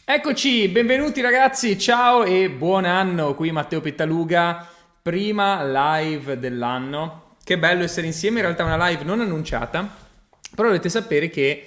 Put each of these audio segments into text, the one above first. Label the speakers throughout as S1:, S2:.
S1: Eccoci, benvenuti ragazzi, ciao e buon anno, qui Matteo Pittaluga, prima live dell'anno. Che bello essere insieme, in realtà è una live non annunciata, però dovete sapere che,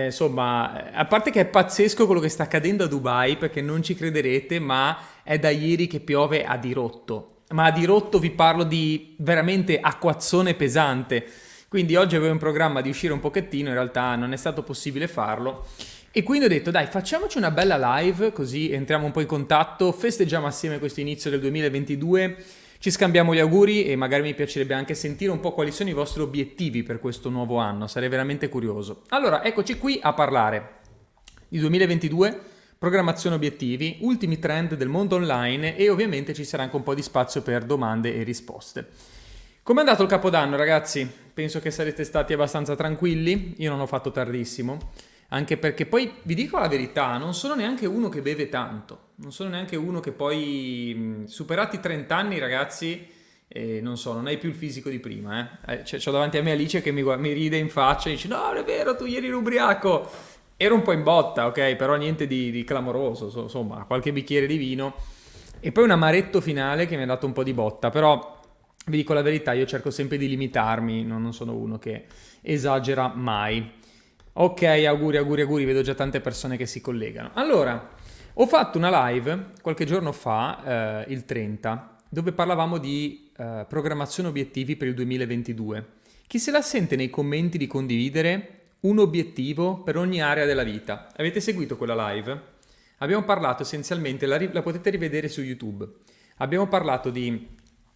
S1: a parte che è pazzesco quello che sta accadendo a Dubai, perché non ci crederete, ma è da ieri che piove a dirotto. Ma a dirotto vi parlo di veramente acquazzone pesante. Quindi oggi avevo in programma di uscire un pochettino, in realtà non è stato possibile farlo. E quindi ho detto, dai, facciamoci una bella live, così entriamo un po' in contatto, festeggiamo assieme questo inizio del 2022, ci scambiamo gli auguri e magari mi piacerebbe anche sentire un po' quali sono i vostri obiettivi per questo nuovo anno, sarei veramente curioso. Allora, eccoci qui a parlare di 2022, programmazione obiettivi, ultimi trend del mondo online e ovviamente ci sarà anche un po' di spazio per domande e risposte. Com'è andato il Capodanno, ragazzi? Penso che sarete stati abbastanza tranquilli, io non ho fatto tardissimo. Anche perché poi vi dico la verità, non sono neanche uno che beve tanto, non sono neanche uno che poi, superati i 30 anni, ragazzi, non so, non hai più il fisico di prima. C'ho davanti a me Alice che mi ride in faccia e dice, no, non è vero, tu ieri eri ubriaco. Ero un po' in botta, ok, però niente di clamoroso, insomma, qualche bicchiere di vino. E poi un amaretto finale che mi ha dato un po' di botta, però vi dico la verità, io cerco sempre di limitarmi, non sono uno che esagera mai. Ok, auguri, auguri, auguri, vedo già tante persone che si collegano. Allora, ho fatto una live qualche giorno fa, il 30, dove parlavamo di programmazione obiettivi per il 2022. Chi se la sente nei commenti di condividere un obiettivo per ogni area della vita? Avete seguito quella live? Abbiamo parlato essenzialmente, la potete rivedere su YouTube. Abbiamo parlato di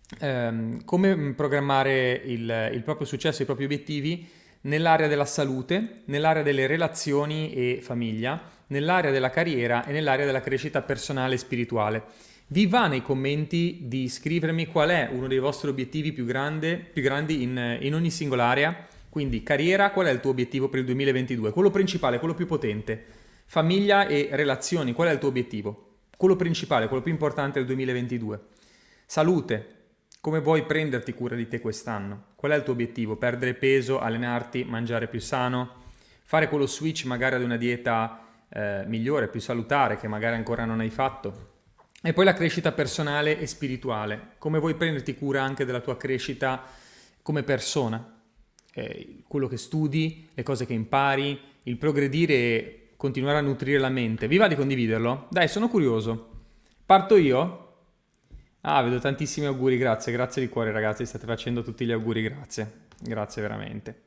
S1: come programmare il proprio successo, i propri obiettivi nell'area della salute, nell'area delle relazioni e famiglia, nell'area della carriera e nell'area della crescita personale e spirituale. Vi va nei commenti di scrivermi qual è uno dei vostri obiettivi più grandi in ogni singola area? Quindi carriera, qual è il tuo obiettivo per il 2022? Quello principale, quello più potente. Famiglia e relazioni, qual è il tuo obiettivo? Quello principale, quello più importante del 2022. Salute, come vuoi prenderti cura di te quest'anno? Qual è il tuo obiettivo? Perdere peso, allenarti, mangiare più sano? Fare quello switch magari ad una dieta migliore, più salutare, che magari ancora non hai fatto? E poi la crescita personale e spirituale. Come vuoi prenderti cura anche della tua crescita come persona? Quello che studi, le cose che impari, il progredire e continuare a nutrire la mente. Vi va di condividerlo? Dai, sono curioso. Parto io? Ah, vedo tantissimi auguri, grazie, grazie di cuore ragazzi, state facendo tutti gli auguri, grazie, grazie veramente.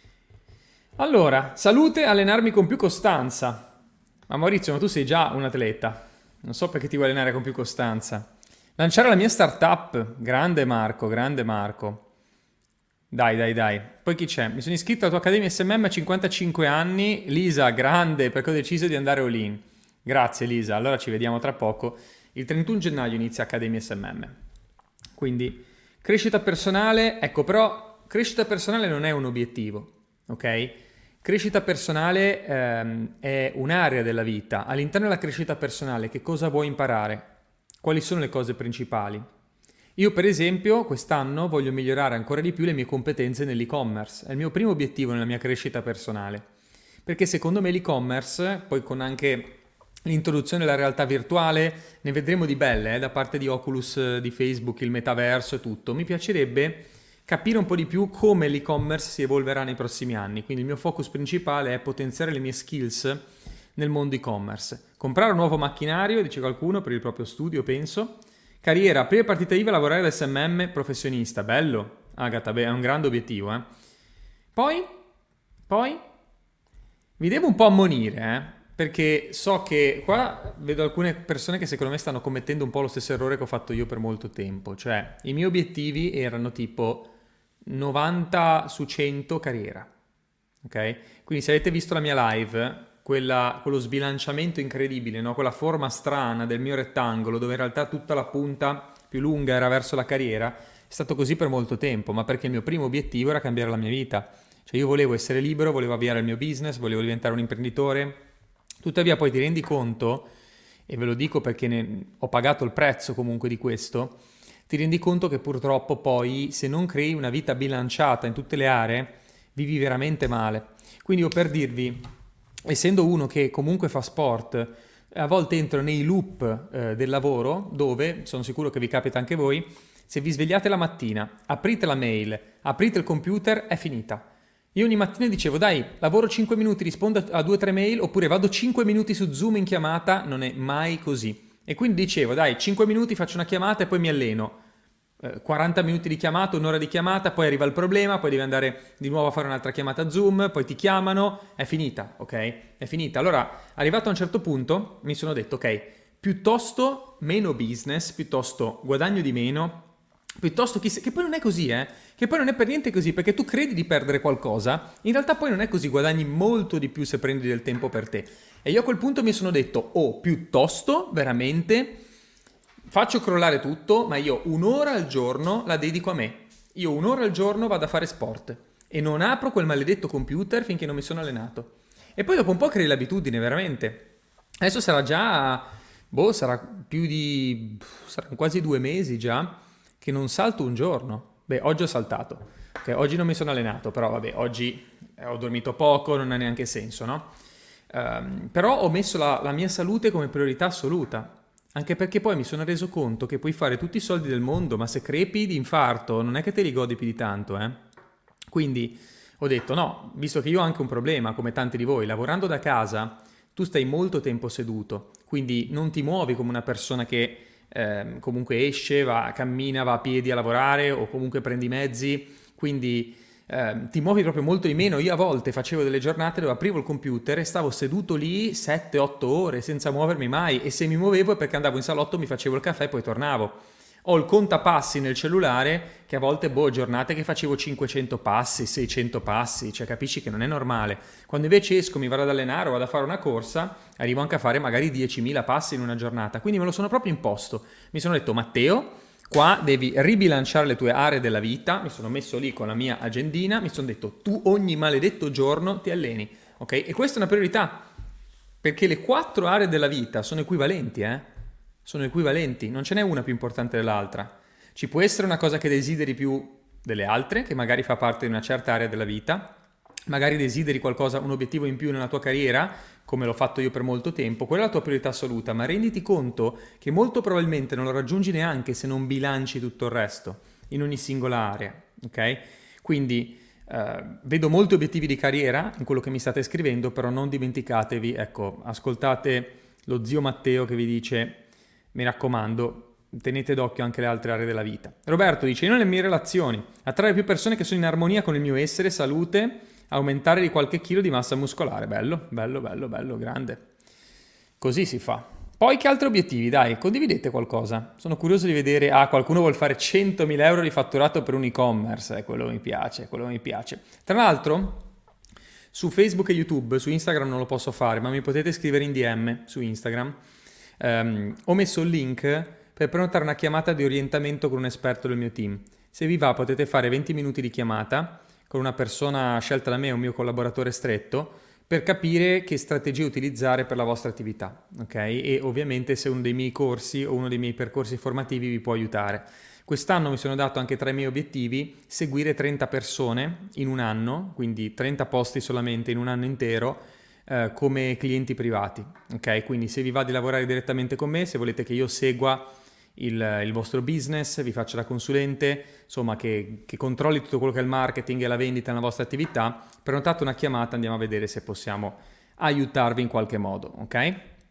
S1: Allora, salute, allenarmi con più costanza. Ma Maurizio, ma tu sei già un atleta, non so perché ti vuoi allenare con più costanza. Lanciare la mia startup, grande Marco, grande Marco. Dai, dai, dai. Poi chi c'è? Mi sono iscritto alla tua Accademia SMM a 55 anni. Lisa, grande, perché ho deciso di andare all in. Grazie Lisa, allora ci vediamo tra poco. Il 31 gennaio inizia Accademia SMM. Quindi crescita personale, ecco però crescita personale non è un obiettivo, ok? Crescita personale è un'area della vita. All'interno della crescita personale che cosa vuoi imparare? Quali sono le cose principali? Io per esempio quest'anno voglio migliorare ancora di più le mie competenze nell'e-commerce. È il mio primo obiettivo nella mia crescita personale. Perché secondo me l'e-commerce, poi con anche l'introduzione della realtà virtuale, ne vedremo di belle da parte di Oculus, di Facebook, il metaverso e tutto. Mi piacerebbe capire un po' di più come l'e-commerce si evolverà nei prossimi anni. Quindi il mio focus principale è potenziare le mie skills nel mondo e-commerce. Comprare un nuovo macchinario, dice qualcuno, per il proprio studio, penso. Carriera, prima partita IVA, lavorare da SMM professionista. Bello, Agata, è un grande obiettivo, eh. Poi, vi devo un po' ammonire, perché so che qua vedo alcune persone che secondo me stanno commettendo un po' lo stesso errore che ho fatto io per molto tempo. Cioè, i miei obiettivi erano tipo 90 su 100 carriera, ok? Quindi se avete visto la mia live, quello sbilanciamento incredibile, no? Quella forma strana del mio rettangolo, dove in realtà tutta la punta più lunga era verso la carriera, è stato così per molto tempo, ma perché il mio primo obiettivo era cambiare la mia vita. Cioè io volevo essere libero, volevo avviare il mio business, volevo diventare un imprenditore. Tuttavia poi ti rendi conto, e ve lo dico perché ho pagato il prezzo comunque di questo, ti rendi conto che purtroppo poi se non crei una vita bilanciata in tutte le aree, vivi veramente male. Quindi io per dirvi, essendo uno che comunque fa sport, a volte entro nei loop del lavoro dove, sono sicuro che vi capita anche voi, se vi svegliate la mattina, aprite la mail, aprite il computer, è finita. Io ogni mattina dicevo, dai, lavoro 5 minuti, rispondo a 2-3 mail, oppure vado 5 minuti su Zoom in chiamata, non è mai così. E quindi dicevo, dai, 5 minuti faccio una chiamata e poi mi alleno. 40 minuti di chiamata, un'ora di chiamata, poi arriva il problema, poi devi andare di nuovo a fare un'altra chiamata Zoom, poi ti chiamano, è finita, ok? È finita. Allora, arrivato a un certo punto, mi sono detto, ok, piuttosto meno business, piuttosto guadagno di meno, piuttosto che poi non è così, che poi non è per niente così, perché tu credi di perdere qualcosa, in realtà poi non è così, guadagni molto di più se prendi del tempo per te. E io a quel punto mi sono detto, piuttosto veramente faccio crollare tutto, ma io un'ora al giorno la dedico a me. Io un'ora al giorno vado a fare sport e non apro quel maledetto computer finché non mi sono allenato. E poi dopo un po' crei l'abitudine, veramente. Adesso sarà già, saranno quasi 2 mesi già che non salto un giorno. Beh, oggi ho saltato. Okay, oggi non mi sono allenato, però vabbè, oggi ho dormito poco, non ha neanche senso, no? Però ho messo la mia salute come priorità assoluta. Anche perché poi mi sono reso conto che puoi fare tutti i soldi del mondo, ma se crepi di infarto non è che te li godi più di tanto, Quindi ho detto no, visto che io ho anche un problema, come tanti di voi, lavorando da casa, tu stai molto tempo seduto, quindi non ti muovi come una persona che comunque esce, cammina, va a piedi a lavorare o comunque prendi i mezzi, quindi ti muovi proprio molto di meno. Io a volte facevo delle giornate dove aprivo il computer e stavo seduto lì 7-8 ore senza muovermi mai, e se mi muovevo è perché andavo in salotto, mi facevo il caffè e poi tornavo. Ho il contapassi nel cellulare che a volte, giornate che facevo 500 passi, 600 passi, cioè capisci che non è normale. Quando invece esco, mi vado ad allenare o vado a fare una corsa, arrivo anche a fare magari 10.000 passi in una giornata, quindi me lo sono proprio imposto. Mi sono detto, Matteo, qua devi ribilanciare le tue aree della vita. Mi sono messo lì con la mia agendina, mi sono detto, tu ogni maledetto giorno ti alleni, ok? E questa è una priorità, perché le 4 aree della vita sono equivalenti, Sono equivalenti, non ce n'è una più importante dell'altra. Ci può essere una cosa che desideri più delle altre, che magari fa parte di una certa area della vita, magari desideri qualcosa, un obiettivo in più nella tua carriera, come l'ho fatto io per molto tempo, quella è la tua priorità assoluta, ma renditi conto che molto probabilmente non lo raggiungi neanche se non bilanci tutto il resto in ogni singola area, ok? Quindi vedo molti obiettivi di carriera in quello che mi state scrivendo, però non dimenticatevi, ecco, ascoltate lo zio Matteo che vi dice, mi raccomando, tenete d'occhio anche le altre aree della vita. Roberto dice, io nelle mie relazioni attrarre più persone che sono in armonia con il mio essere, salute, aumentare di qualche chilo di massa muscolare. Bello, bello, bello, bello, grande. Così si fa. Poi che altri obiettivi? Dai, condividete qualcosa. Sono curioso di vedere, qualcuno vuol fare 100.000 euro di fatturato per un e-commerce, quello mi piace, quello mi piace. Tra l'altro, su Facebook e YouTube, su Instagram non lo posso fare, ma mi potete scrivere in DM su Instagram. Ho messo il link per prenotare una chiamata di orientamento con un esperto del mio team. Se vi va potete fare 20 minuti di chiamata con una persona scelta da me, un mio collaboratore stretto, per capire che strategie utilizzare per la vostra attività, ok? E ovviamente se uno dei miei corsi o uno dei miei percorsi formativi vi può aiutare. Quest'anno mi sono dato anche tra i miei obiettivi seguire 30 persone in un anno, quindi 30 posti solamente in un anno intero, come clienti privati, ok? Quindi se vi va di lavorare direttamente con me, se volete che io segua il vostro business, vi faccia da consulente, insomma che controlli tutto quello che è il marketing e la vendita nella vostra attività, prenotate una chiamata, andiamo a vedere se possiamo aiutarvi in qualche modo, ok?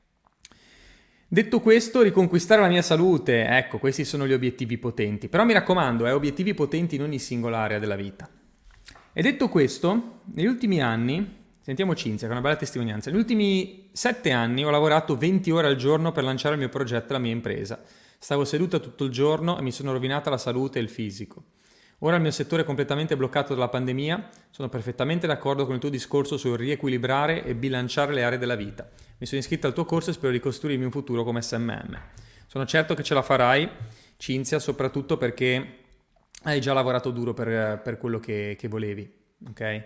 S1: Detto questo, riconquistare la mia salute, ecco, questi sono gli obiettivi potenti, però mi raccomando, obiettivi potenti in ogni singola area della vita. E detto questo, negli ultimi anni, sentiamo Cinzia, che è una bella testimonianza, negli ultimi 7 anni ho lavorato 20 ore al giorno per lanciare il mio progetto, la mia impresa. Stavo seduta tutto il giorno e mi sono rovinata la salute e il fisico. Ora il mio settore è completamente bloccato dalla pandemia, sono perfettamente d'accordo con il tuo discorso sul riequilibrare e bilanciare le aree della vita. Mi sono iscritta al tuo corso e spero di costruirmi un futuro come SMM. Sono certo che ce la farai, Cinzia, soprattutto perché hai già lavorato duro per quello che volevi, ok?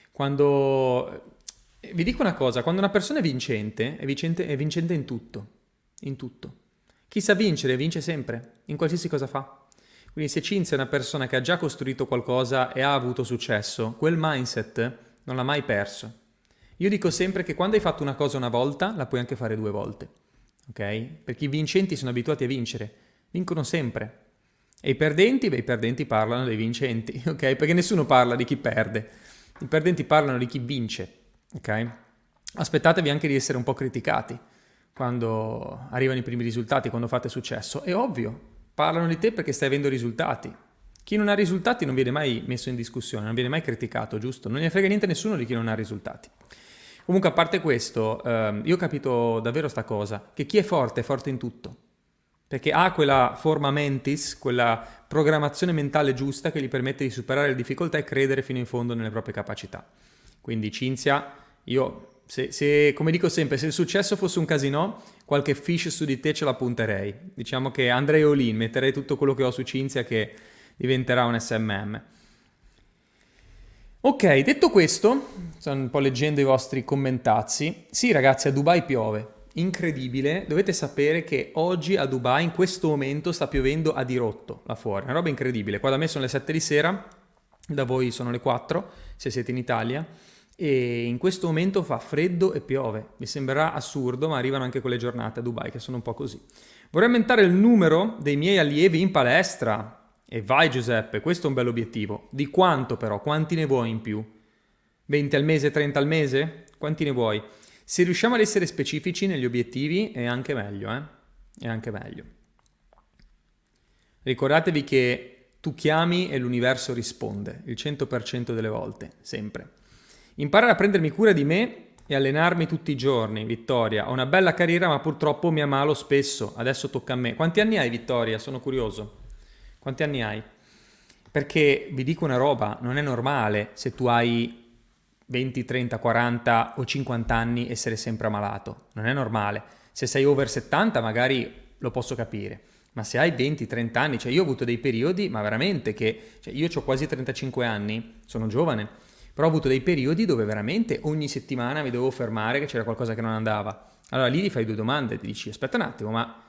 S1: Vi dico una cosa, quando una persona è vincente in tutto, in tutto. Chi sa vincere vince sempre, in qualsiasi cosa fa. Quindi se Cinzia è una persona che ha già costruito qualcosa e ha avuto successo, quel mindset non l'ha mai perso. Io dico sempre che quando hai fatto una cosa una volta, la puoi anche fare 2 volte, ok? Perché i vincenti sono abituati a vincere, vincono sempre. E i perdenti? Beh, i perdenti parlano dei vincenti, ok? Perché nessuno parla di chi perde. I perdenti parlano di chi vince, ok? Aspettatevi anche di essere un po' criticati quando arrivano i primi risultati, quando fate successo. È ovvio, parlano di te perché stai avendo risultati. Chi non ha risultati non viene mai messo in discussione, non viene mai criticato, giusto? Non ne frega niente a nessuno di chi non ha risultati. Comunque, a parte questo, io ho capito davvero sta cosa, che chi è forte in tutto. Perché ha quella forma mentis, quella programmazione mentale giusta che gli permette di superare le difficoltà e credere fino in fondo nelle proprie capacità. Quindi Cinzia, io, come dico sempre, se il successo fosse un casinò, qualche fish su di te ce la punterei. Diciamo che andrei all in, metterei tutto quello che ho su Cinzia che diventerà un SMM. Ok, detto questo, sto un po' leggendo i vostri commentazzi. Sì ragazzi, a Dubai piove. Incredibile, dovete sapere che oggi a Dubai in questo momento sta piovendo a dirotto là fuori, una roba incredibile. Qua da me sono le 7 di sera, da voi sono le 4 se siete in Italia, e in questo momento fa freddo e piove. Mi sembrerà assurdo, ma arrivano anche quelle giornate a Dubai che sono un po' così. Vorrei aumentare il numero dei miei allievi in palestra. E vai Giuseppe, questo è un bell'obiettivo. Di quanto però? Quanti ne vuoi in più? 20 al mese, 30 al mese? Quanti ne vuoi? Se riusciamo ad essere specifici negli obiettivi è anche meglio, È anche meglio. Ricordatevi che tu chiami e l'universo risponde, il 100% delle volte, sempre. Imparare a prendermi cura di me e allenarmi tutti i giorni, Vittoria. Ho una bella carriera ma purtroppo mi ammalo spesso, adesso tocca a me. Quanti anni hai Vittoria? Sono curioso. Quanti anni hai? Perché vi dico una roba, non è normale se tu hai 20, 30, 40 o 50 anni essere sempre ammalato. Non è normale. Se sei over 70 magari lo posso capire. Ma se hai 20, 30 anni, cioè io ho avuto dei periodi, ma veramente che... Cioè io ho quasi 35 anni, sono giovane, però ho avuto dei periodi dove veramente ogni settimana mi dovevo fermare che c'era qualcosa che non andava. Allora lì ti fai 2 domande, ti dici aspetta un attimo, ma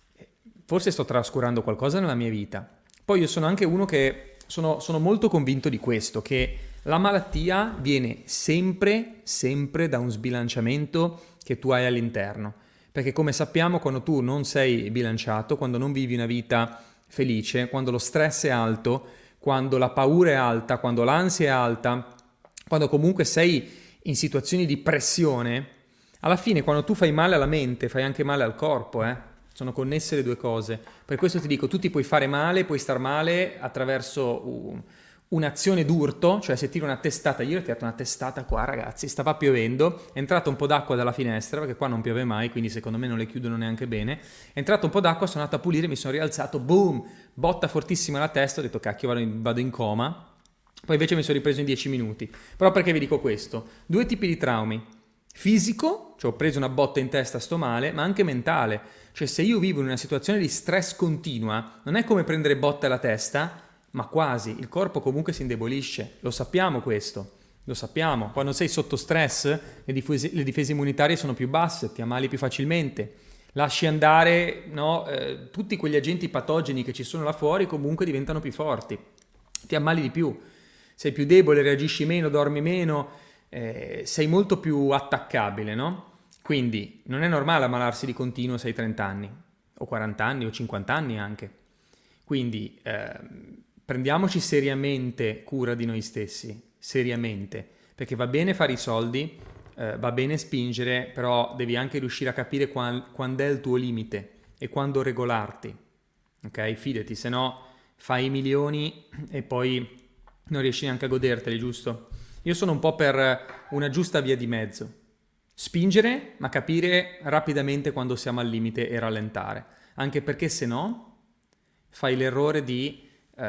S1: forse sto trascurando qualcosa nella mia vita. Poi io sono anche uno che sono molto convinto di questo, che la malattia viene sempre da un sbilanciamento che tu hai all'interno. Perché come sappiamo, quando tu non sei bilanciato, quando non vivi una vita felice, quando lo stress è alto, quando la paura è alta, quando l'ansia è alta, quando comunque sei in situazioni di pressione, alla fine quando tu fai male alla mente, fai anche male al corpo, Sono connesse le 2 cose. Per questo ti dico, tu ti puoi fare male, puoi star male attraverso un'azione d'urto, cioè se tiro una testata, io ho tirato una testata qua ragazzi, stava piovendo, è entrato un po' d'acqua dalla finestra, perché qua non piove mai, quindi secondo me non le chiudono neanche bene, è entrato un po' d'acqua, sono andato a pulire, mi sono rialzato, boom, botta fortissima alla testa, ho detto cacchio vado in coma, poi invece mi sono ripreso in 10 minuti. Però perché vi dico questo? 2 tipi di traumi. Fisico, cioè ho preso una botta in testa, sto male, ma anche mentale. Cioè se io vivo in una situazione di stress continua, non è come prendere botte alla testa, ma quasi. Il corpo comunque si indebolisce. Lo sappiamo questo. Lo sappiamo. Quando sei sotto stress, le difese immunitarie sono più basse, ti ammali più facilmente. Lasci andare, no? Tutti quegli agenti patogeni che ci sono là fuori comunque diventano più forti. Ti ammali di più. Sei più debole, reagisci meno, dormi meno. Sei molto più attaccabile, no? Quindi non è normale ammalarsi di continuo se hai 30 anni, o 40 anni, o 50 anni anche. Quindi prendiamoci seriamente cura di noi stessi, seriamente, perché va bene fare i soldi, va bene spingere, però devi anche riuscire a capire quando è il tuo limite e quando regolarti, ok? Fidati, se no fai i milioni e poi non riesci neanche a goderteli, giusto? Io sono un po' per una giusta via di mezzo. Spingere, ma capire rapidamente quando siamo al limite e rallentare. Anche perché se no fai l'errore di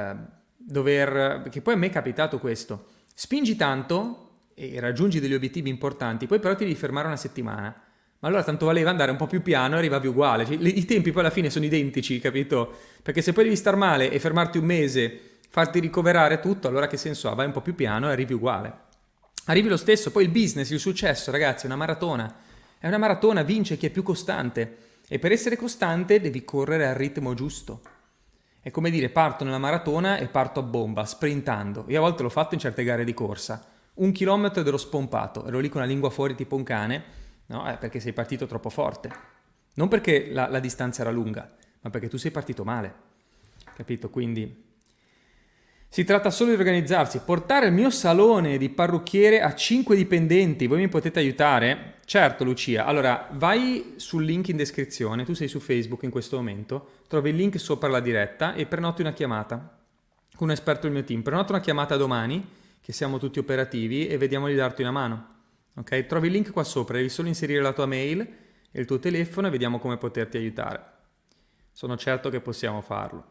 S1: perché poi a me è capitato questo. Spingi tanto e raggiungi degli obiettivi importanti, poi però ti devi fermare una settimana. Ma allora tanto valeva andare un po' più piano e arrivavi uguale. Cioè, i tempi poi alla fine sono identici, capito? Perché se poi devi star male e fermarti un mese, farti ricoverare tutto, allora che senso ha? Vai un po' più piano e arrivi uguale. Arrivi lo stesso. Poi il business, il successo, ragazzi, è una maratona. È una maratona, vince chi è più costante. E per essere costante devi correre al ritmo giusto. È come dire, parto nella maratona e parto a bomba, sprintando. Io a volte l'ho fatto in certe gare di corsa. 1 chilometro ed ero spompato, ero lì con la lingua fuori tipo un cane, no? Perché sei partito troppo forte. Non perché la distanza era lunga, ma perché tu sei partito male, capito? Quindi si tratta solo di organizzarsi. Portare il mio salone di parrucchiere a 5 dipendenti, voi mi potete aiutare? Certo, Lucia. Allora, vai sul link in descrizione, tu sei su Facebook in questo momento, trovi il link sopra la diretta e prenoti una chiamata con un esperto del mio team. Prenota una chiamata domani, che siamo tutti operativi, e vediamo di darti una mano. Ok? Trovi il link qua sopra, devi solo inserire la tua mail e il tuo telefono e vediamo come poterti aiutare. Sono certo che possiamo farlo.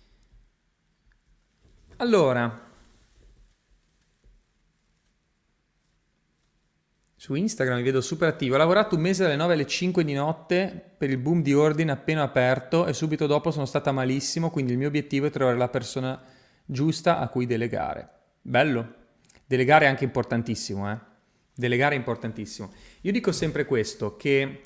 S1: Allora, su Instagram mi vedo super attivo. Ho lavorato un mese dalle 9 alle 5 di notte per il boom di ordine appena aperto e subito dopo sono stata malissimo, quindi il mio obiettivo è trovare la persona giusta a cui delegare. Bello. Delegare è anche importantissimo, eh? Delegare è importantissimo. Io dico sempre questo, che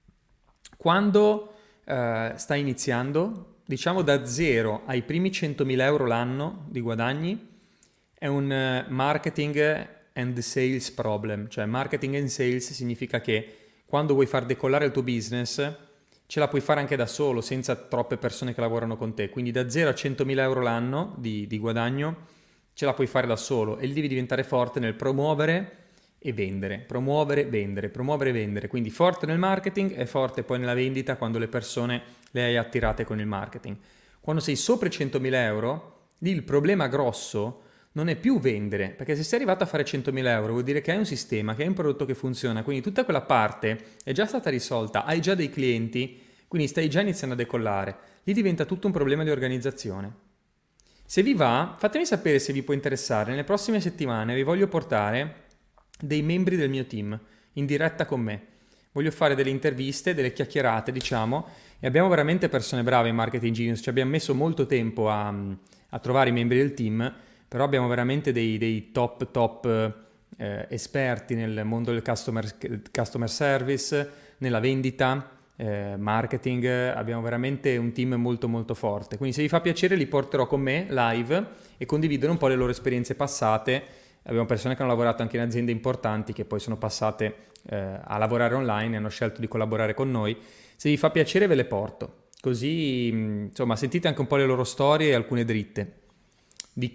S1: quando stai iniziando, diciamo da 0 ai primi 100.000 euro l'anno di guadagni, è un marketing and sales problem. Cioè marketing and sales significa che quando vuoi far decollare il tuo business ce la puoi fare anche da solo, senza troppe persone che lavorano con te. Quindi da 0 a 100.000 euro l'anno di guadagno ce la puoi fare da solo e lì devi diventare forte nel promuovere e vendere, promuovere, vendere, promuovere e vendere. Quindi forte nel marketing e forte poi nella vendita quando le persone le hai attirate con il marketing. Quando sei sopra i 100.000 euro, lì il problema grosso non è più vendere, perché se sei arrivato a fare 100.000 euro vuol dire che hai un sistema, che hai un prodotto che funziona, quindi tutta quella parte è già stata risolta, hai già dei clienti, quindi stai già iniziando a decollare. Lì diventa tutto un problema di organizzazione. Se vi va, fatemi sapere se vi può interessare. Nelle prossime settimane vi voglio portare dei membri del mio team in diretta con me. Voglio fare delle interviste, delle chiacchierate, diciamo, e abbiamo veramente persone brave in Marketing Genius. Ci abbiamo messo molto tempo a trovare i membri del team, però abbiamo veramente dei top esperti nel mondo del customer service, nella vendita, marketing. Abbiamo veramente un team molto molto forte. Quindi se vi fa piacere li porterò con me live e condividere un po' le loro esperienze passate. Abbiamo persone che hanno lavorato anche in aziende importanti che poi sono passate a lavorare online e hanno scelto di collaborare con noi. Se vi fa piacere ve le porto, così insomma sentite anche un po' le loro storie e alcune dritte di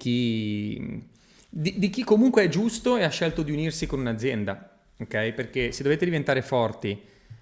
S1: chi comunque è giusto e ha scelto di unirsi con un'azienda, ok? Perché se dovete diventare forti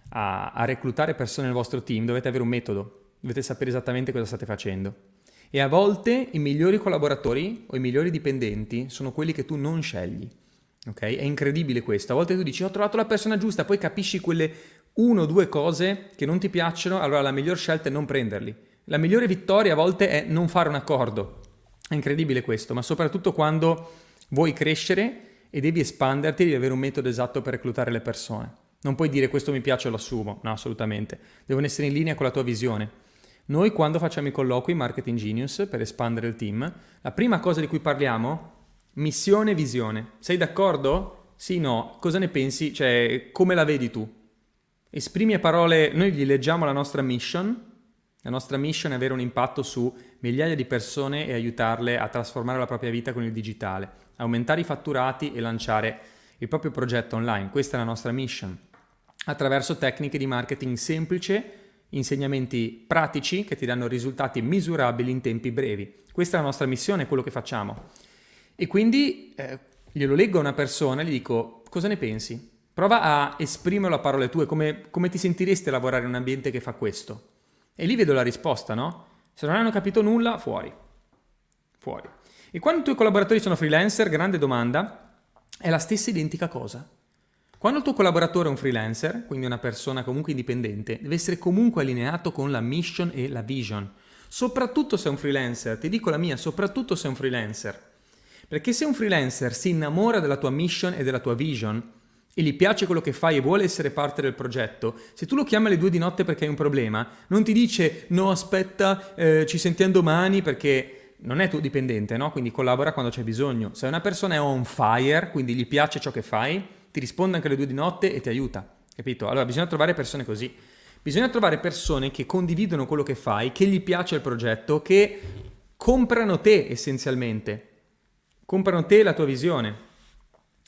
S1: a reclutare persone nel vostro team dovete avere un metodo, dovete sapere esattamente cosa state facendo. E a volte i migliori collaboratori o i migliori dipendenti sono quelli che tu non scegli, ok? È incredibile questo. A volte tu dici ho trovato la persona giusta, poi capisci quelle 1 o 2 cose che non ti piacciono, allora la miglior scelta è non prenderli. La migliore vittoria a volte è non fare un accordo. È incredibile questo, ma soprattutto quando vuoi crescere e devi espanderti, devi avere un metodo esatto per reclutare le persone. Non puoi dire questo mi piace e lo assumo, no, assolutamente. Devono essere in linea con la tua visione. Noi quando facciamo i colloqui Marketing Genius per espandere il team, la prima cosa di cui parliamo, missione e visione. Sei d'accordo? Sì, no. Cosa ne pensi? Cioè, come la vedi tu? Esprimi a parole, noi gli leggiamo la nostra mission. La nostra mission è avere un impatto su migliaia di persone e aiutarle a trasformare la propria vita con il digitale, aumentare i fatturati e lanciare il proprio progetto online. Questa è la nostra mission. Attraverso tecniche di marketing semplice, insegnamenti pratici che ti danno risultati misurabili in tempi brevi. Questa è la nostra missione, è quello che facciamo. E quindi glielo leggo a una persona e gli dico cosa ne pensi? Prova a esprimerlo a parole tue, come ti sentiresti a lavorare in un ambiente che fa questo? E lì vedo la risposta, no? Se non hanno capito nulla, fuori. Fuori. E quando i tuoi collaboratori sono freelancer, grande domanda, è la stessa identica cosa. Quando il tuo collaboratore è un freelancer, quindi una persona comunque indipendente, deve essere comunque allineato con la mission e la vision. Soprattutto se è un freelancer, ti dico la mia, soprattutto se è un freelancer. Perché se un freelancer si innamora della tua mission e della tua vision e gli piace quello che fai e vuole essere parte del progetto, se tu lo chiami alle 2 di notte perché hai un problema, non ti dice no aspetta, ci sentiamo domani, perché non è tuo dipendente, no? Quindi collabora quando c'è bisogno. Se una persona è on fire, quindi gli piace ciò che fai, ti risponde anche alle 2 di notte e ti aiuta, capito? Allora bisogna trovare persone così. Bisogna trovare persone che condividono quello che fai, che gli piace il progetto, che comprano te essenzialmente. Comprano te e la tua visione.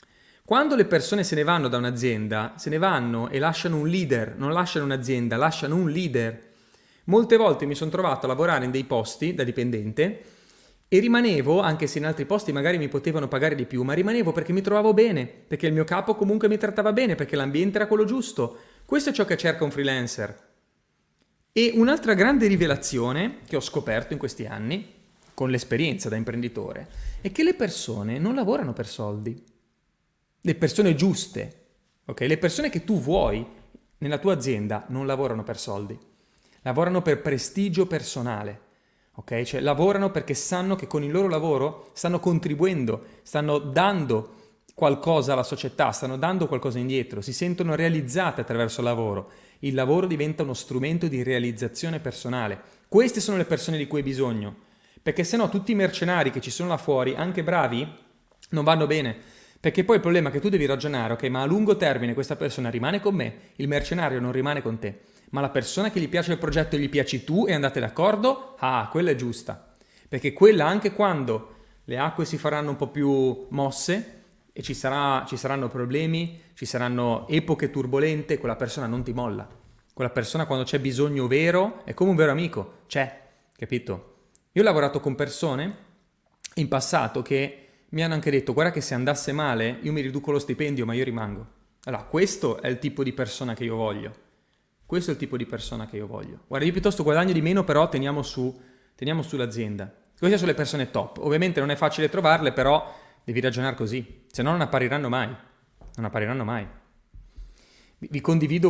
S1: Quando le persone se ne vanno da un'azienda, se ne vanno e lasciano un leader, non lasciano un'azienda, lasciano un leader. Molte volte mi sono trovato a lavorare in dei posti da dipendente e rimanevo, anche se in altri posti magari mi potevano pagare di più, ma rimanevo perché mi trovavo bene, perché il mio capo comunque mi trattava bene, perché l'ambiente era quello giusto. Questo è ciò che cerca un freelancer. E un'altra grande rivelazione che ho scoperto in questi anni, con l'esperienza da imprenditore, è che le persone non lavorano per soldi. Le persone giuste, ok? Le persone che tu vuoi nella tua azienda non lavorano per soldi, lavorano per prestigio personale, ok? Cioè lavorano perché sanno che con il loro lavoro stanno contribuendo, stanno dando qualcosa alla società, stanno dando qualcosa indietro, si sentono realizzate attraverso il lavoro. Il lavoro diventa uno strumento di realizzazione personale. Queste sono le persone di cui hai bisogno, perché sennò tutti i mercenari che ci sono là fuori, anche bravi, non vanno bene. Perché poi il problema è che tu devi ragionare, ok, ma a lungo termine questa persona rimane con me, il mercenario non rimane con te, ma la persona che gli piace il progetto e gli piaci tu e andate d'accordo, quella è giusta. Perché quella anche quando le acque si faranno un po' più mosse e ci saranno problemi, ci saranno epoche turbolente, quella persona non ti molla. Quella persona quando c'è bisogno vero è come un vero amico, c'è, capito? Io ho lavorato con persone in passato che mi hanno anche detto, guarda che se andasse male io mi riduco lo stipendio ma io rimango. Allora, questo è il tipo di persona che io voglio. Questo è il tipo di persona che io voglio. Guarda, io piuttosto guadagno di meno, però teniamo sull'azienda. Queste sono le persone top. Ovviamente non è facile trovarle, però devi ragionare così, se no non appariranno mai. Non appariranno mai. Vi condivido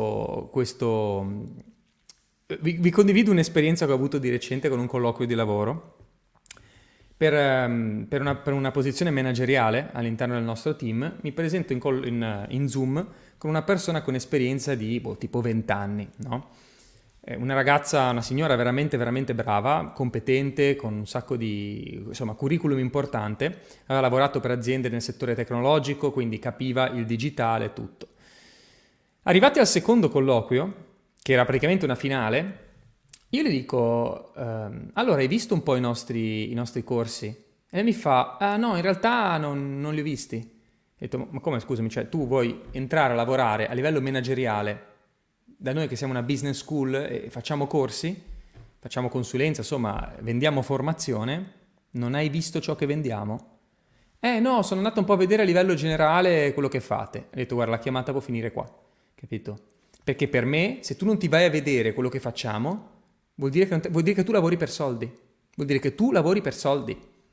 S1: vi condivido un'esperienza che ho avuto di recente con un colloquio di lavoro. Per una posizione manageriale all'interno del nostro team mi presento in Zoom con una persona con esperienza di tipo 20 anni, no? Una ragazza, una signora veramente veramente brava, competente, con un sacco di curriculum importante, aveva lavorato per aziende nel settore tecnologico, quindi capiva il digitale e tutto. Arrivati al secondo colloquio, che era praticamente una finale, io le dico, allora hai visto un po' i nostri corsi? E lei mi fa, no, in realtà non li ho visti. Ho detto, ma come, scusami, cioè tu vuoi entrare a lavorare a livello manageriale da noi che siamo una business school e facciamo corsi, facciamo consulenza, insomma, vendiamo formazione, non hai visto ciò che vendiamo? No, sono andato un po' a vedere a livello generale quello che fate. Ho detto, guarda, la chiamata può finire qua, capito? Perché per me, se tu non ti vai a vedere quello che facciamo, vuol dire che tu lavori per soldi. Vuol dire che tu lavori per soldi.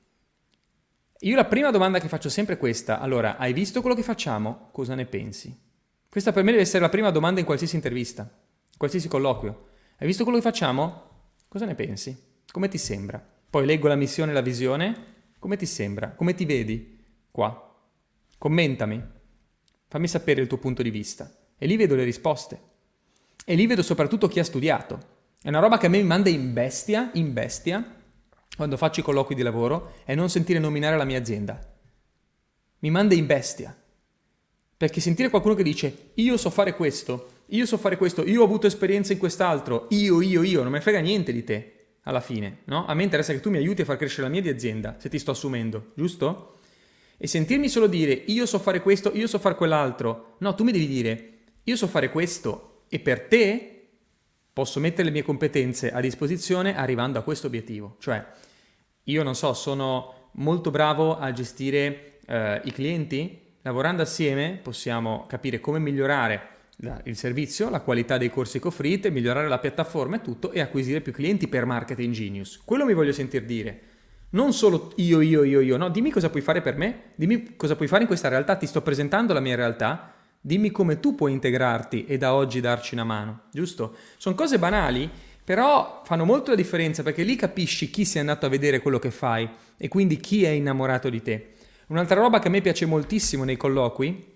S1: Io la prima domanda che faccio sempre è questa. Allora, hai visto quello che facciamo? Cosa ne pensi? Questa per me deve essere la prima domanda in qualsiasi intervista, in qualsiasi colloquio. Hai visto quello che facciamo? Cosa ne pensi? Come ti sembra? Poi leggo la missione e la visione. Come ti sembra? Come ti vedi? Qua. Commentami. Fammi sapere il tuo punto di vista. E lì vedo le risposte. E lì vedo soprattutto chi ha studiato. È una roba che a me mi manda in bestia, quando faccio i colloqui di lavoro, è non sentire nominare la mia azienda. Mi manda in bestia. Perché sentire qualcuno che dice, io so fare questo, io ho avuto esperienza in quest'altro, io, non me ne frega niente di te, alla fine, no? A me interessa che tu mi aiuti a far crescere la mia di azienda, se ti sto assumendo, giusto? E sentirmi solo dire, io so fare questo, io so fare quell'altro, no, tu mi devi dire, io so fare questo e per te posso mettere le mie competenze a disposizione arrivando a questo obiettivo. Cioè, io non so, sono molto bravo a gestire i clienti. Lavorando assieme possiamo capire come migliorare il servizio, la qualità dei corsi che offrite, migliorare la piattaforma e tutto e acquisire più clienti per Marketing Genius. Quello mi voglio sentir dire. Non solo io, no, dimmi cosa puoi fare per me, dimmi cosa puoi fare in questa realtà, ti sto presentando la mia realtà, dimmi come tu puoi integrarti e da oggi darci una mano, giusto? Sono cose banali, però fanno molto la differenza perché lì capisci chi si è andato a vedere quello che fai e quindi chi è innamorato di te. Un'altra roba che a me piace moltissimo nei colloqui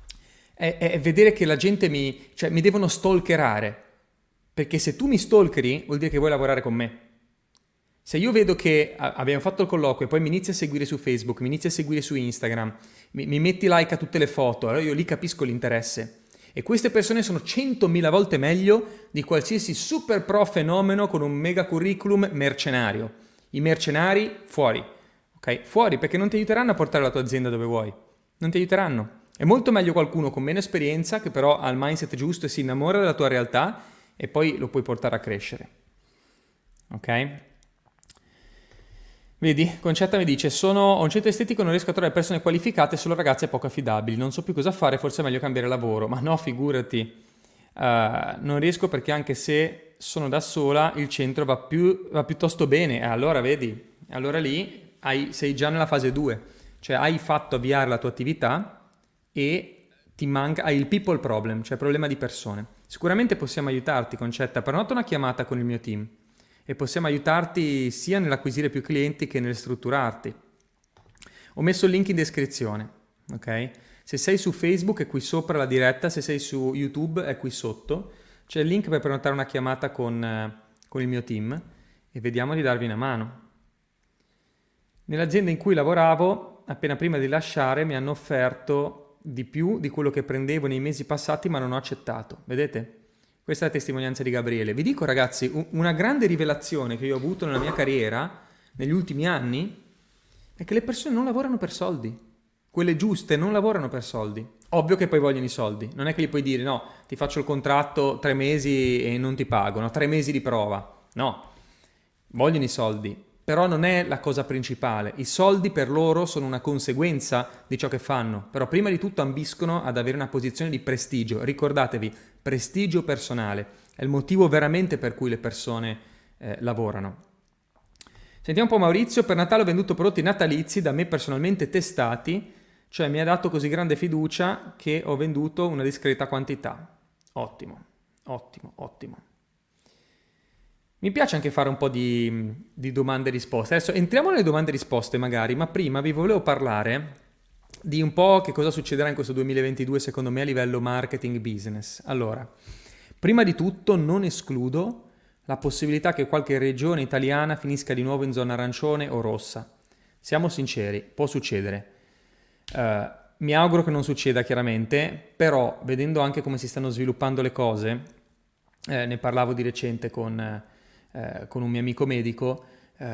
S1: è vedere che la gente mi devono stalkerare, perché se tu mi stalkeri vuol dire che vuoi lavorare con me. Se io vedo che abbiamo fatto il colloquio e poi mi inizi a seguire su Facebook, mi inizi a seguire su Instagram, mi metti like a tutte le foto, allora io lì capisco l'interesse. E queste persone sono 100.000 volte meglio di qualsiasi super pro fenomeno con un mega curriculum mercenario. I mercenari fuori. Okay? Fuori, perché non ti aiuteranno a portare la tua azienda dove vuoi. Non ti aiuteranno. È molto meglio qualcuno con meno esperienza che però ha il mindset giusto e si innamora della tua realtà e poi lo puoi portare a crescere. Ok? Vedi, Concetta mi dice, ho un centro estetico, non riesco a trovare persone qualificate, solo ragazze poco affidabili, non so più cosa fare, forse è meglio cambiare lavoro. Ma no, figurati, non riesco perché anche se sono da sola il centro va piuttosto bene. Allora vedi, allora lì sei già nella fase 2, cioè hai fatto avviare la tua attività e hai il people problem, cioè problema di persone. Sicuramente possiamo aiutarti, Concetta, prenota una chiamata con il mio team e possiamo aiutarti sia nell'acquisire più clienti che nel strutturarti. Ho messo il link in descrizione, ok? Se sei su Facebook è qui sopra la diretta, se sei su YouTube è qui sotto. C'è il link per prenotare una chiamata con il mio team e vediamo di darvi una mano. Nell'azienda in cui lavoravo, appena prima di lasciare, mi hanno offerto di più di quello che prendevo nei mesi passati, ma non ho accettato. Vedete? Questa è la testimonianza di Gabriele. Vi dico, ragazzi, una grande rivelazione che io ho avuto nella mia carriera, negli ultimi anni, è che le persone non lavorano per soldi. Quelle giuste non lavorano per soldi. Ovvio che poi vogliono i soldi. Non è che gli puoi dire, no, ti faccio il contratto 3 mesi e non ti pago, no, 3 mesi di prova. No, vogliono i soldi. Però non è la cosa principale. I soldi per loro sono una conseguenza di ciò che fanno. Però prima di tutto ambiscono ad avere una posizione di prestigio. Ricordatevi, prestigio personale. È il motivo veramente per cui le persone lavorano. Sentiamo un po' Maurizio. Per Natale ho venduto prodotti natalizi da me personalmente testati. Cioè mi ha dato così grande fiducia che ho venduto una discreta quantità. Ottimo, ottimo, ottimo. Mi piace anche fare un po' di domande e risposte. Adesso entriamo nelle domande e risposte magari, ma prima vi volevo parlare di un po' che cosa succederà in questo 2022 secondo me a livello marketing business. Allora, prima di tutto non escludo la possibilità che qualche regione italiana finisca di nuovo in zona arancione o rossa. Siamo sinceri, può succedere. Mi auguro che non succeda chiaramente, però vedendo anche come si stanno sviluppando le cose, ne parlavo di recente con un mio amico medico,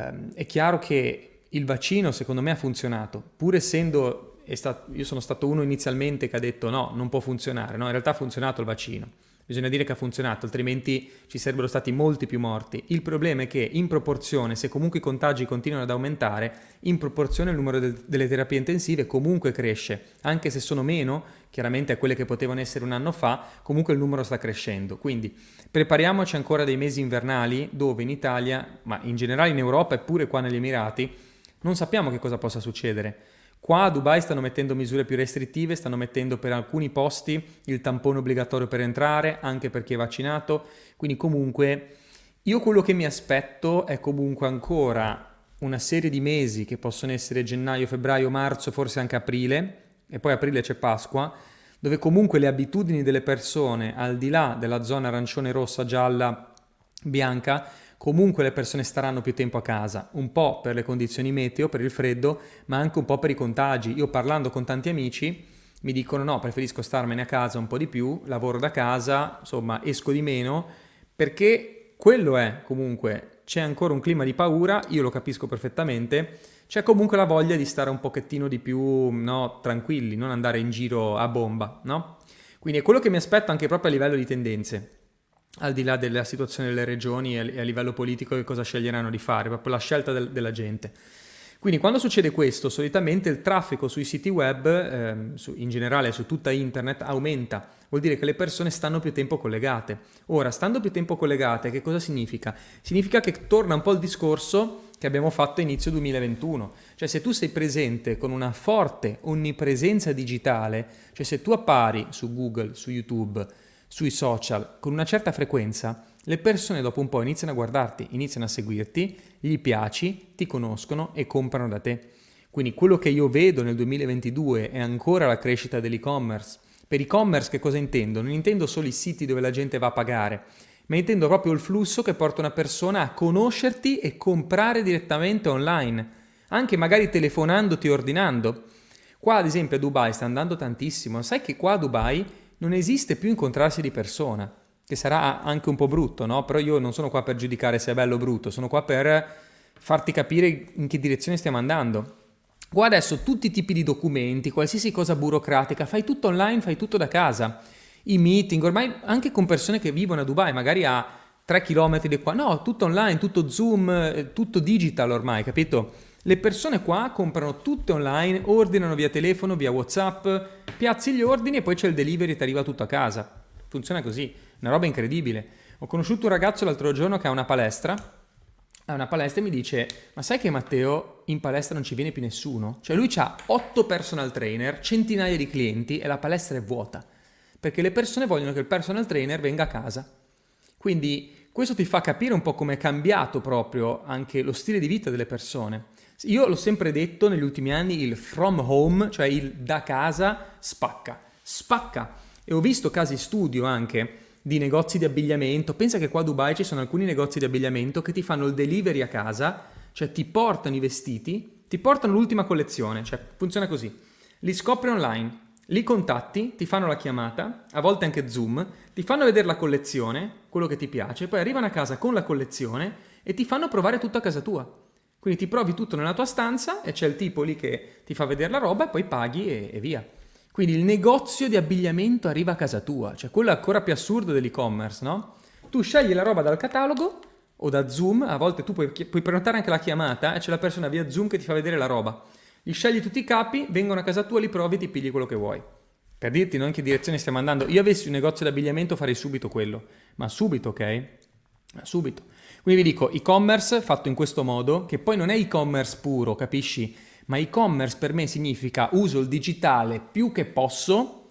S1: è chiaro che il vaccino secondo me ha funzionato, pur essendo, io sono stato uno inizialmente che ha detto no, non può funzionare, no, in realtà ha funzionato il vaccino, bisogna dire che ha funzionato, altrimenti ci sarebbero stati molti più morti. Il problema è che in proporzione, se comunque i contagi continuano ad aumentare, in proporzione il numero delle terapie intensive comunque cresce, anche se sono meno, chiaramente a quelle che potevano essere un anno fa, comunque il numero sta crescendo. Quindi prepariamoci ancora dei mesi invernali dove in Italia, ma in generale in Europa e pure qua negli Emirati, non sappiamo che cosa possa succedere. Qua a Dubai stanno mettendo misure più restrittive, stanno mettendo per alcuni posti il tampone obbligatorio per entrare, anche per chi è vaccinato, quindi comunque io quello che mi aspetto è comunque ancora una serie di mesi che possono essere gennaio, febbraio, marzo, forse anche aprile, e poi aprile c'è Pasqua, dove comunque le abitudini delle persone, al di là della zona arancione, rossa, gialla, bianca, comunque le persone staranno più tempo a casa, un po' per le condizioni meteo, per il freddo, ma anche un po' per i contagi. Io parlando con tanti amici mi dicono no, preferisco starmene a casa un po' di più, lavoro da casa, insomma esco di meno, perché quello è comunque, c'è ancora un clima di paura, io lo capisco perfettamente, c'è comunque la voglia di stare un pochettino di più, no, tranquilli, non andare in giro a bomba, no? Quindi è quello che mi aspetto anche proprio a livello di tendenze, al di là della situazione delle regioni e a livello politico che cosa sceglieranno di fare, proprio la scelta della gente. Quindi quando succede questo, solitamente il traffico sui siti web, in generale su tutta internet, aumenta. Vuol dire che le persone stanno più tempo collegate. Ora, stando più tempo collegate, che cosa significa? Significa che torna un po' il discorso che abbiamo fatto a inizio 2021. Cioè se tu sei presente con una forte onnipresenza digitale, cioè se tu appari su Google, su YouTube, sui social con una certa frequenza, le persone dopo un po' iniziano a guardarti, iniziano a seguirti, gli piaci, ti conoscono e comprano da te. Quindi quello che io vedo nel 2022 è ancora la crescita dell'e-commerce. Per e-commerce che cosa intendo? Non intendo solo i siti dove la gente va a pagare, ma intendo proprio il flusso che porta una persona a conoscerti e comprare direttamente online, anche magari telefonandoti e ordinando. Qua ad esempio a Dubai sta andando tantissimo, sai che qua a Dubai non esiste più incontrarsi di persona, che sarà anche un po' brutto, no? Però io non sono qua per giudicare se è bello o brutto, sono qua per farti capire in che direzione stiamo andando. Qua adesso tutti i tipi di documenti, qualsiasi cosa burocratica, fai tutto online, fai tutto da casa. I meeting, ormai anche con persone che vivono a Dubai, magari a 3 km di qua, no, tutto online, tutto Zoom, tutto digital ormai, capito? Le persone qua comprano tutto online, ordinano via telefono, via WhatsApp, piazzi gli ordini e poi c'è il delivery e ti arriva tutto a casa. Funziona così, una roba incredibile. Ho conosciuto un ragazzo l'altro giorno che ha una palestra e mi dice: ma sai che Matteo in palestra non ci viene più nessuno? Cioè lui ha 8 personal trainer, centinaia di clienti e la palestra è vuota perché le persone vogliono che il personal trainer venga a casa. Quindi questo ti fa capire un po' come è cambiato proprio anche lo stile di vita delle persone. Io l'ho sempre detto negli ultimi anni, il from home, cioè il da casa, spacca. E ho visto casi studio anche di negozi di abbigliamento. Pensa che qua a Dubai ci sono alcuni negozi di abbigliamento che ti fanno il delivery a casa, cioè ti portano i vestiti, ti portano l'ultima collezione, cioè funziona così. Li scopri online, li contatti, ti fanno la chiamata, a volte anche Zoom, ti fanno vedere la collezione, quello che ti piace, poi arrivano a casa con la collezione e ti fanno provare tutto a casa tua. Quindi ti provi tutto nella tua stanza e c'è il tipo lì che ti fa vedere la roba e poi paghi e via. Quindi il negozio di abbigliamento arriva a casa tua, cioè quello è ancora più assurdo dell'e-commerce, no? Tu scegli la roba dal catalogo o da Zoom, a volte tu puoi prenotare anche la chiamata e c'è la persona via Zoom che ti fa vedere la roba. Gli scegli tutti i capi, vengono a casa tua, li provi e ti pigli quello che vuoi. Per dirti noi in che direzione stiamo andando. Io avessi un negozio di abbigliamento farei subito quello, ma subito, ok? Ma subito. Quindi vi dico, e-commerce fatto in questo modo, che poi non è e-commerce puro, capisci? Ma e-commerce per me significa uso il digitale più che posso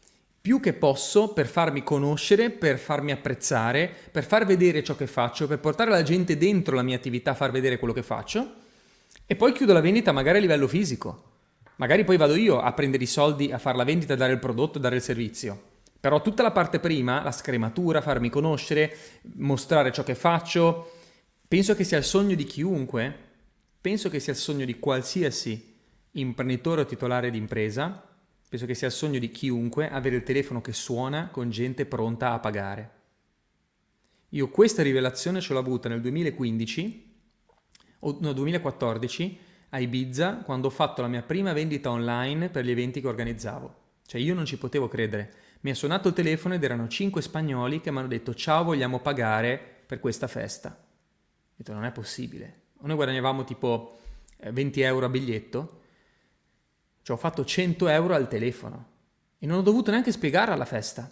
S1: per farmi conoscere, per farmi apprezzare, per far vedere ciò che faccio, per portare la gente dentro la mia attività a far vedere quello che faccio e poi chiudo la vendita magari a livello fisico. Magari poi vado io a prendere i soldi, a fare la vendita, a dare il prodotto, a dare il servizio. Però tutta la parte prima, la scrematura, farmi conoscere, mostrare ciò che faccio, penso che sia il sogno di chiunque, penso che sia il sogno di qualsiasi imprenditore o titolare di impresa, penso che sia il sogno di chiunque avere il telefono che suona con gente pronta a pagare. Io questa rivelazione ce l'ho avuta nel 2015, o no, 2014, a Ibiza, quando ho fatto la mia prima vendita online per gli eventi che organizzavo. Cioè io non ci potevo credere. Mi ha suonato il telefono ed erano 5 spagnoli che mi hanno detto: ciao, vogliamo pagare per questa festa. Ho detto: non è possibile. Noi guadagnavamo tipo 20 euro a biglietto, cioè ho fatto 100 euro al telefono e non ho dovuto neanche spiegare alla festa.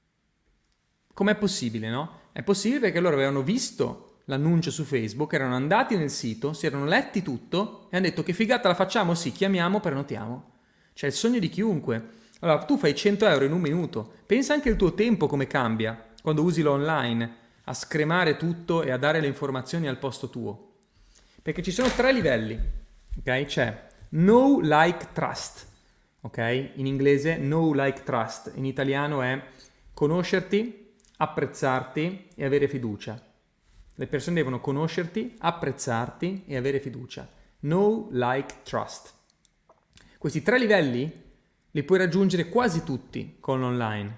S1: Com'è possibile, no? È possibile perché loro avevano visto l'annuncio su Facebook, erano andati nel sito, si erano letti tutto e hanno detto: che figata, la facciamo? Sì, chiamiamo, prenotiamo. Cioè il sogno di chiunque. Allora, tu fai 100 euro in un minuto, pensa anche il tuo tempo come cambia quando usi l'online a scremare tutto e a dare le informazioni al posto tuo. Perché ci sono 3 livelli, ok? C'è know, like, trust, ok? In inglese know, like, trust, in italiano è conoscerti, apprezzarti e avere fiducia. Le persone devono conoscerti, apprezzarti e avere fiducia. Know, like, trust. Questi 3 livelli li puoi raggiungere quasi tutti con l'online.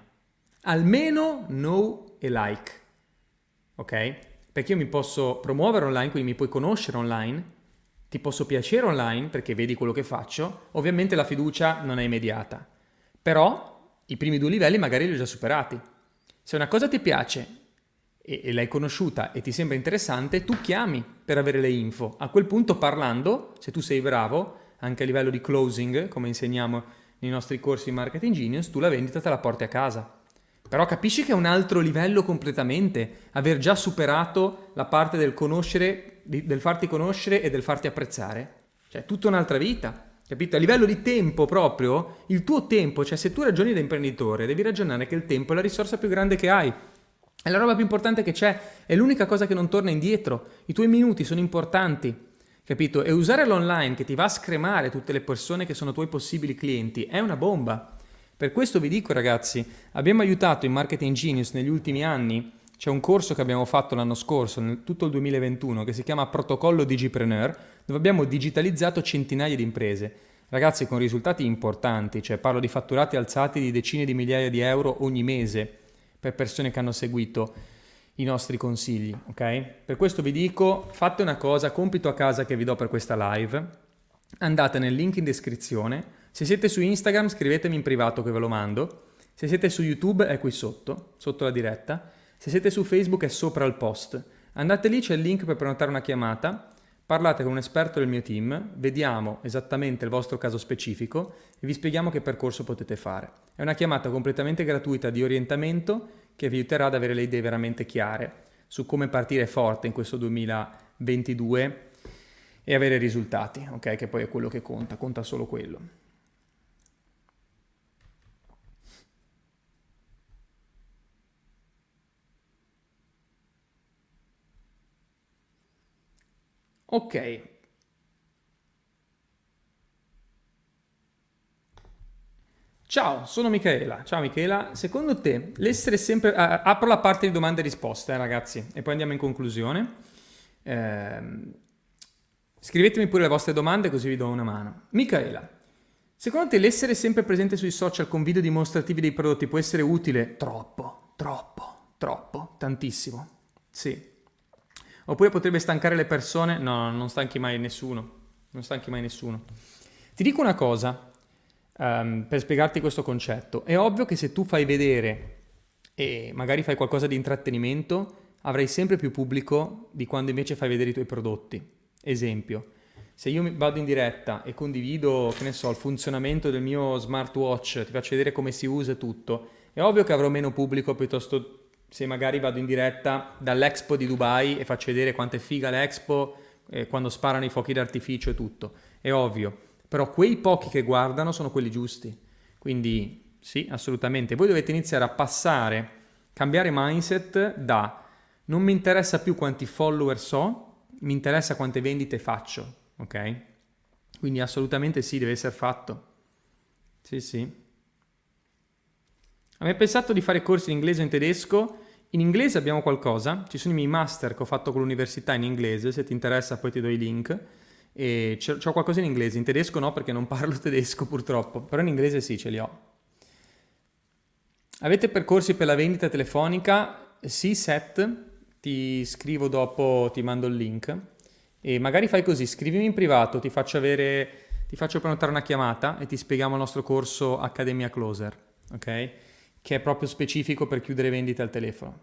S1: Almeno know e like. Ok? Perché io mi posso promuovere online, quindi mi puoi conoscere online, ti posso piacere online perché vedi quello che faccio. Ovviamente la fiducia non è immediata. Però i primi 2 livelli magari li ho già superati. Se una cosa ti piace e l'hai conosciuta e ti sembra interessante, tu chiami per avere le info. A quel punto, parlando, se tu sei bravo, anche a livello di closing, come insegniamo nei nostri corsi di Marketing Genius, tu la vendita te la porti a casa. Però capisci che è un altro livello completamente, aver già superato la parte del conoscere, del farti conoscere e del farti apprezzare. Cioè, è tutta un'altra vita, capito? A livello di tempo proprio, il tuo tempo, cioè se tu ragioni da imprenditore, devi ragionare che il tempo è la risorsa più grande che hai. È la roba più importante che c'è, è l'unica cosa che non torna indietro. I tuoi minuti sono importanti, capito? E usare l'online che ti va a scremare tutte le persone che sono tuoi possibili clienti è una bomba. Per questo vi dico, ragazzi, abbiamo aiutato in Marketing Genius negli ultimi anni, c'è un corso che abbiamo fatto l'anno scorso, tutto il 2021, che si chiama Protocollo Digipreneur, dove abbiamo digitalizzato centinaia di imprese. Ragazzi, con risultati importanti, cioè parlo di fatturati alzati di decine di migliaia di euro ogni mese per persone che hanno seguito i nostri consigli, ok? Per questo vi dico, fate una cosa, compito a casa che vi do per questa live, andate nel link in descrizione. Se siete su Instagram scrivetemi in privato che ve lo mando. Se siete su YouTube è qui sotto la diretta. Se siete su Facebook è sopra il post. Andate lì, c'è il link per prenotare una chiamata. Parlate con un esperto del mio team, vediamo esattamente il vostro caso specifico e vi spieghiamo che percorso potete fare. È una chiamata completamente gratuita di orientamento che vi aiuterà ad avere le idee veramente chiare su come partire forte in questo 2022 e avere risultati, ok? Che poi è quello che conta solo quello. Ok. Ciao, sono Michaela. Ciao Michaela, secondo te l'essere sempre... apro la parte di domande e risposte, ragazzi, e poi andiamo in conclusione. Scrivetemi pure le vostre domande così vi do una mano. Michaela, secondo te l'essere sempre presente sui social con video dimostrativi dei prodotti può essere utile? Troppo, tantissimo. Sì. Oppure potrebbe stancare le persone? No, non stanchi mai nessuno. Ti dico una cosa, per spiegarti questo concetto. È ovvio che se tu fai vedere e magari fai qualcosa di intrattenimento, avrai sempre più pubblico di quando invece fai vedere i tuoi prodotti. Esempio, se io vado in diretta e condivido, che ne so, il funzionamento del mio smartwatch, ti faccio vedere come si usa e tutto, è ovvio che avrò meno pubblico piuttosto se magari vado in diretta dall'Expo di Dubai e faccio vedere quanto è figa l'Expo, quando sparano i fuochi d'artificio e tutto. È ovvio. Però quei pochi che guardano sono quelli giusti. Quindi sì, assolutamente. Voi dovete iniziare a cambiare mindset da non mi interessa più quanti follower mi interessa quante vendite faccio, ok? Quindi assolutamente sì, deve essere fatto. Sì. Avevo pensato di fare corsi in inglese o in tedesco. In inglese abbiamo qualcosa, ci sono i miei master che ho fatto con l'università in inglese, se ti interessa poi ti do i link. E c'ho qualcosa in inglese, in tedesco no perché non parlo tedesco purtroppo, però in inglese sì, ce li ho. Avete percorsi per la vendita telefonica? Sì, set, ti scrivo dopo, ti mando il link e magari fai così, scrivimi in privato, ti faccio prenotare una chiamata e ti spieghiamo il nostro corso Accademia Closer, ok? Che è proprio specifico per chiudere vendite al telefono.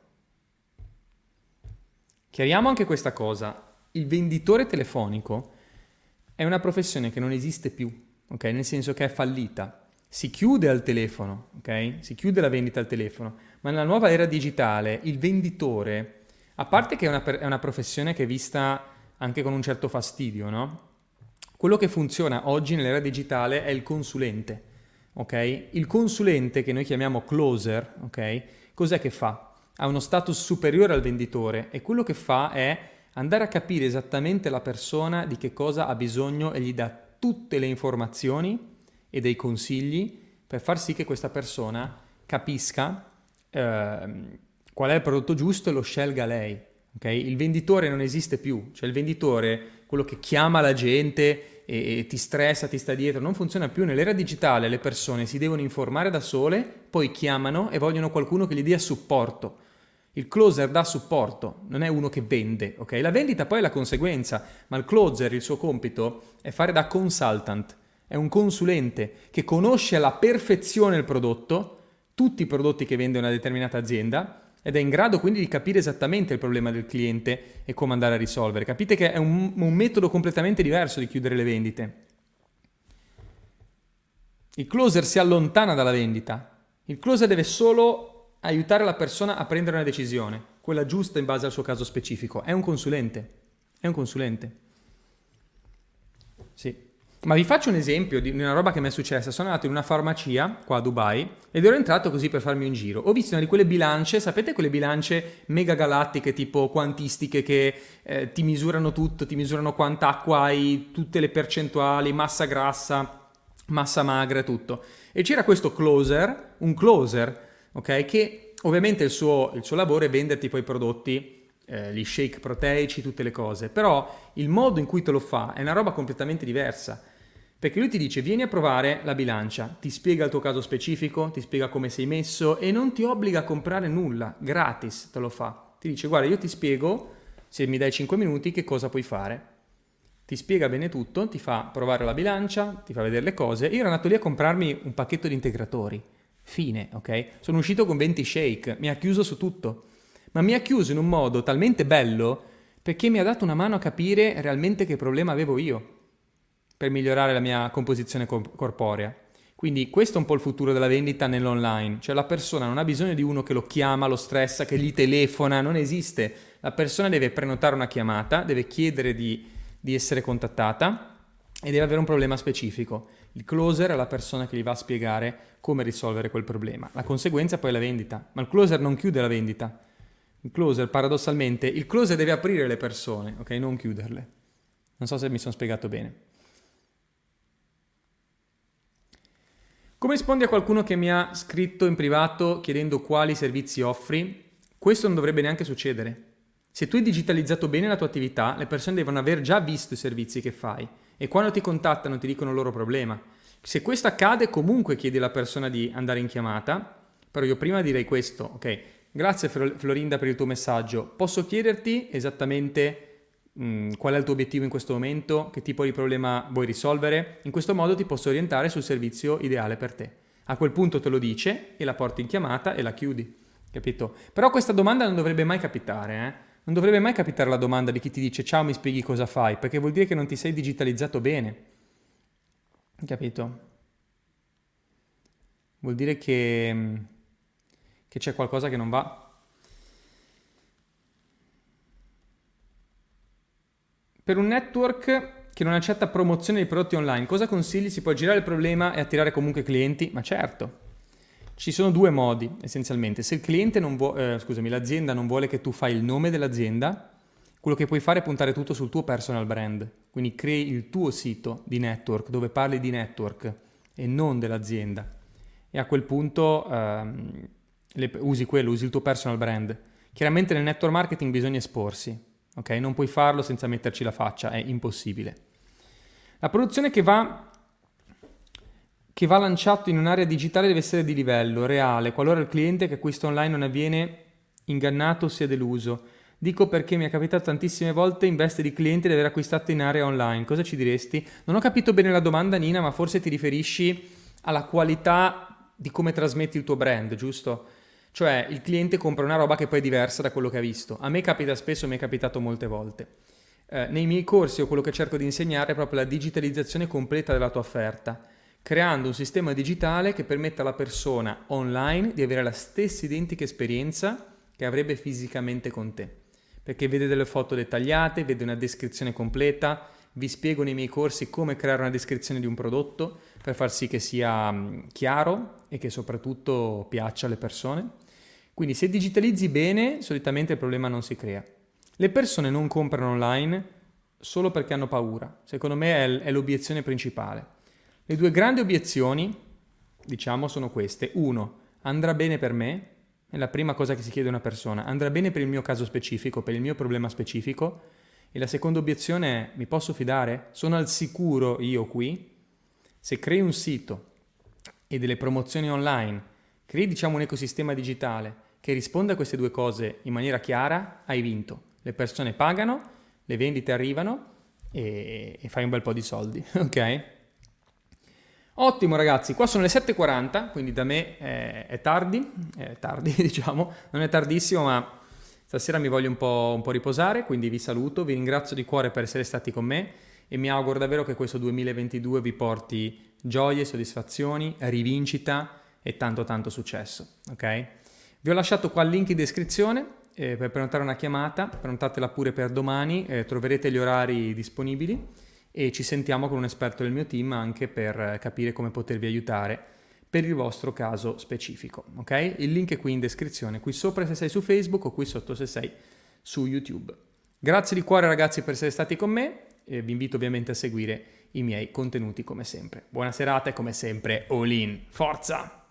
S1: Chiariamo anche questa cosa, il venditore telefonico è una professione che non esiste più, ok? Nel senso che è fallita. Si chiude al telefono, ok? Si chiude la vendita al telefono, ma nella nuova era digitale il venditore, a parte che è una professione che è vista anche con un certo fastidio, no? Quello che funziona oggi nell'era digitale è il consulente, ok? Il consulente che noi chiamiamo closer, ok? Cos'è che fa? Ha uno status superiore al venditore e quello che fa è andare a capire esattamente la persona di che cosa ha bisogno e gli dà tutte le informazioni e dei consigli per far sì che questa persona capisca qual è il prodotto giusto e lo scelga lei. Okay? Il venditore non esiste più, cioè il venditore, quello che chiama la gente e ti stressa, ti sta dietro, non funziona più. Nell'era digitale le persone si devono informare da sole, poi chiamano e vogliono qualcuno che gli dia supporto. Il closer dà supporto, non è uno che vende, ok? La vendita poi è la conseguenza, ma il closer, il suo compito è fare da consultant, è un consulente che conosce alla perfezione il prodotto, tutti i prodotti che vende una determinata azienda, ed è in grado quindi di capire esattamente il problema del cliente e come andare a risolvere. Capite che è un metodo completamente diverso di chiudere le vendite. Il closer si allontana dalla vendita, il closer deve solo aiutare la persona a prendere una decisione, quella giusta in base al suo caso specifico. È un consulente. Sì. Ma vi faccio un esempio di una roba che mi è successa. Sono andato in una farmacia qua a Dubai ed ero entrato così per farmi un giro. Ho visto una di quelle bilance, sapete quelle bilance mega galattiche tipo quantistiche che ti misurano tutto, ti misurano quanta acqua hai, tutte le percentuali, massa grassa, massa magra e tutto. E c'era questo closer, un closer, ok? Che ovviamente il suo lavoro è venderti poi i prodotti, gli shake proteici, tutte le cose, però il modo in cui te lo fa è una roba completamente diversa, perché lui ti dice vieni a provare la bilancia, ti spiega il tuo caso specifico, ti spiega come sei messo e non ti obbliga a comprare nulla, gratis te lo fa, ti dice guarda io ti spiego, se mi dai 5 minuti che cosa puoi fare, ti spiega bene tutto, ti fa provare la bilancia, ti fa vedere le cose. Io ero andato lì a comprarmi un pacchetto di integratori, fine, ok? Sono uscito con 20 shake, mi ha chiuso su tutto, ma mi ha chiuso in un modo talmente bello perché mi ha dato una mano a capire realmente che problema avevo io per migliorare la mia composizione corporea. Quindi questo è un po' il futuro della vendita nell'online, cioè la persona non ha bisogno di uno che lo chiama, lo stressa, che gli telefona, non esiste. La persona deve prenotare una chiamata, deve chiedere di essere contattata e deve avere un problema specifico. Il closer è la persona che gli va a spiegare come risolvere quel problema. La conseguenza poi è la vendita, ma il closer non chiude la vendita. Il closer, paradossalmente, il closer deve aprire le persone, ok? Non chiuderle. Non so se mi sono spiegato bene. Come rispondi a qualcuno che mi ha scritto in privato chiedendo quali servizi offri? Questo non dovrebbe neanche succedere. Se tu hai digitalizzato bene la tua attività, le persone devono aver già visto i servizi che fai e quando ti contattano ti dicono il loro problema. Se questo accade, comunque chiedi alla persona di andare in chiamata, però io prima direi questo, ok? Grazie Florinda per il tuo messaggio. Posso chiederti esattamente qual è il tuo obiettivo in questo momento, che tipo di problema vuoi risolvere? In questo modo ti posso orientare sul servizio ideale per te. A quel punto te lo dice e la porti in chiamata e la chiudi, capito? Però questa domanda non dovrebbe mai capitare, Non dovrebbe mai capitare la domanda di chi ti dice ciao, mi spieghi cosa fai, perché vuol dire che non ti sei digitalizzato bene, capito? Vuol dire che c'è qualcosa che non va. Per un network che non accetta promozione di prodotti online, cosa consigli? Si può girare il problema e attirare comunque clienti? Ma certo, ci sono due modi essenzialmente. Se il cliente non vuole, l'azienda non vuole che tu fai il nome dell'azienda, quello che puoi fare è puntare tutto sul tuo personal brand. Quindi crei il tuo sito di network dove parli di network e non dell'azienda. E a quel punto usi il tuo personal brand. Chiaramente nel network marketing bisogna esporsi. Ok, non puoi farlo senza metterci la faccia, è impossibile. La produzione che va lanciato in un'area digitale deve essere di livello, reale, qualora il cliente che acquista online non avviene ingannato o sia deluso. Dico perché mi è capitato tantissime volte in veste di cliente di aver acquistato in area online. Cosa ci diresti? Non ho capito bene la domanda, Nina, ma forse ti riferisci alla qualità di come trasmetti il tuo brand, giusto? Cioè il cliente compra una roba che poi è diversa da quello che ha visto. A me capita spesso, mi è capitato molte volte. Nei miei corsi o quello che cerco di insegnare è proprio la digitalizzazione completa della tua offerta, creando un sistema digitale che permetta alla persona online di avere la stessa identica esperienza che avrebbe fisicamente con te. Perché vede delle foto dettagliate, vede una descrizione completa, vi spiego nei miei corsi come creare una descrizione di un prodotto per far sì che sia chiaro e che soprattutto piaccia alle persone. Quindi se digitalizzi bene, solitamente il problema non si crea. Le persone non comprano online solo perché hanno paura. Secondo me è l'obiezione principale. Le due grandi obiezioni, diciamo, sono queste. Uno, andrà bene per me? È la prima cosa che si chiede a una persona. Andrà bene per il mio caso specifico, per il mio problema specifico? E la seconda obiezione è, mi posso fidare? Sono al sicuro io qui? Se crei un sito e delle promozioni online, crei diciamo un ecosistema digitale che risponde a queste due cose in maniera chiara, hai vinto. Le persone pagano, le vendite arrivano e fai un bel po' di soldi, ok? Ottimo ragazzi, qua sono le 7:40, quindi da me è tardi diciamo, non è tardissimo ma stasera mi voglio un po' riposare, quindi vi saluto, vi ringrazio di cuore per essere stati con me e mi auguro davvero che questo 2022 vi porti gioie, soddisfazioni, rivincita e tanto tanto successo, ok? Vi ho lasciato qua il link in descrizione per prenotare una chiamata, prenotatela pure per domani, troverete gli orari disponibili e ci sentiamo con un esperto del mio team anche per capire come potervi aiutare per il vostro caso specifico, ok? Il link è qui in descrizione, qui sopra se sei su Facebook o qui sotto se sei su YouTube. Grazie di cuore ragazzi per essere stati con me e vi invito ovviamente a seguire i miei contenuti come sempre. Buona serata e come sempre all in, forza!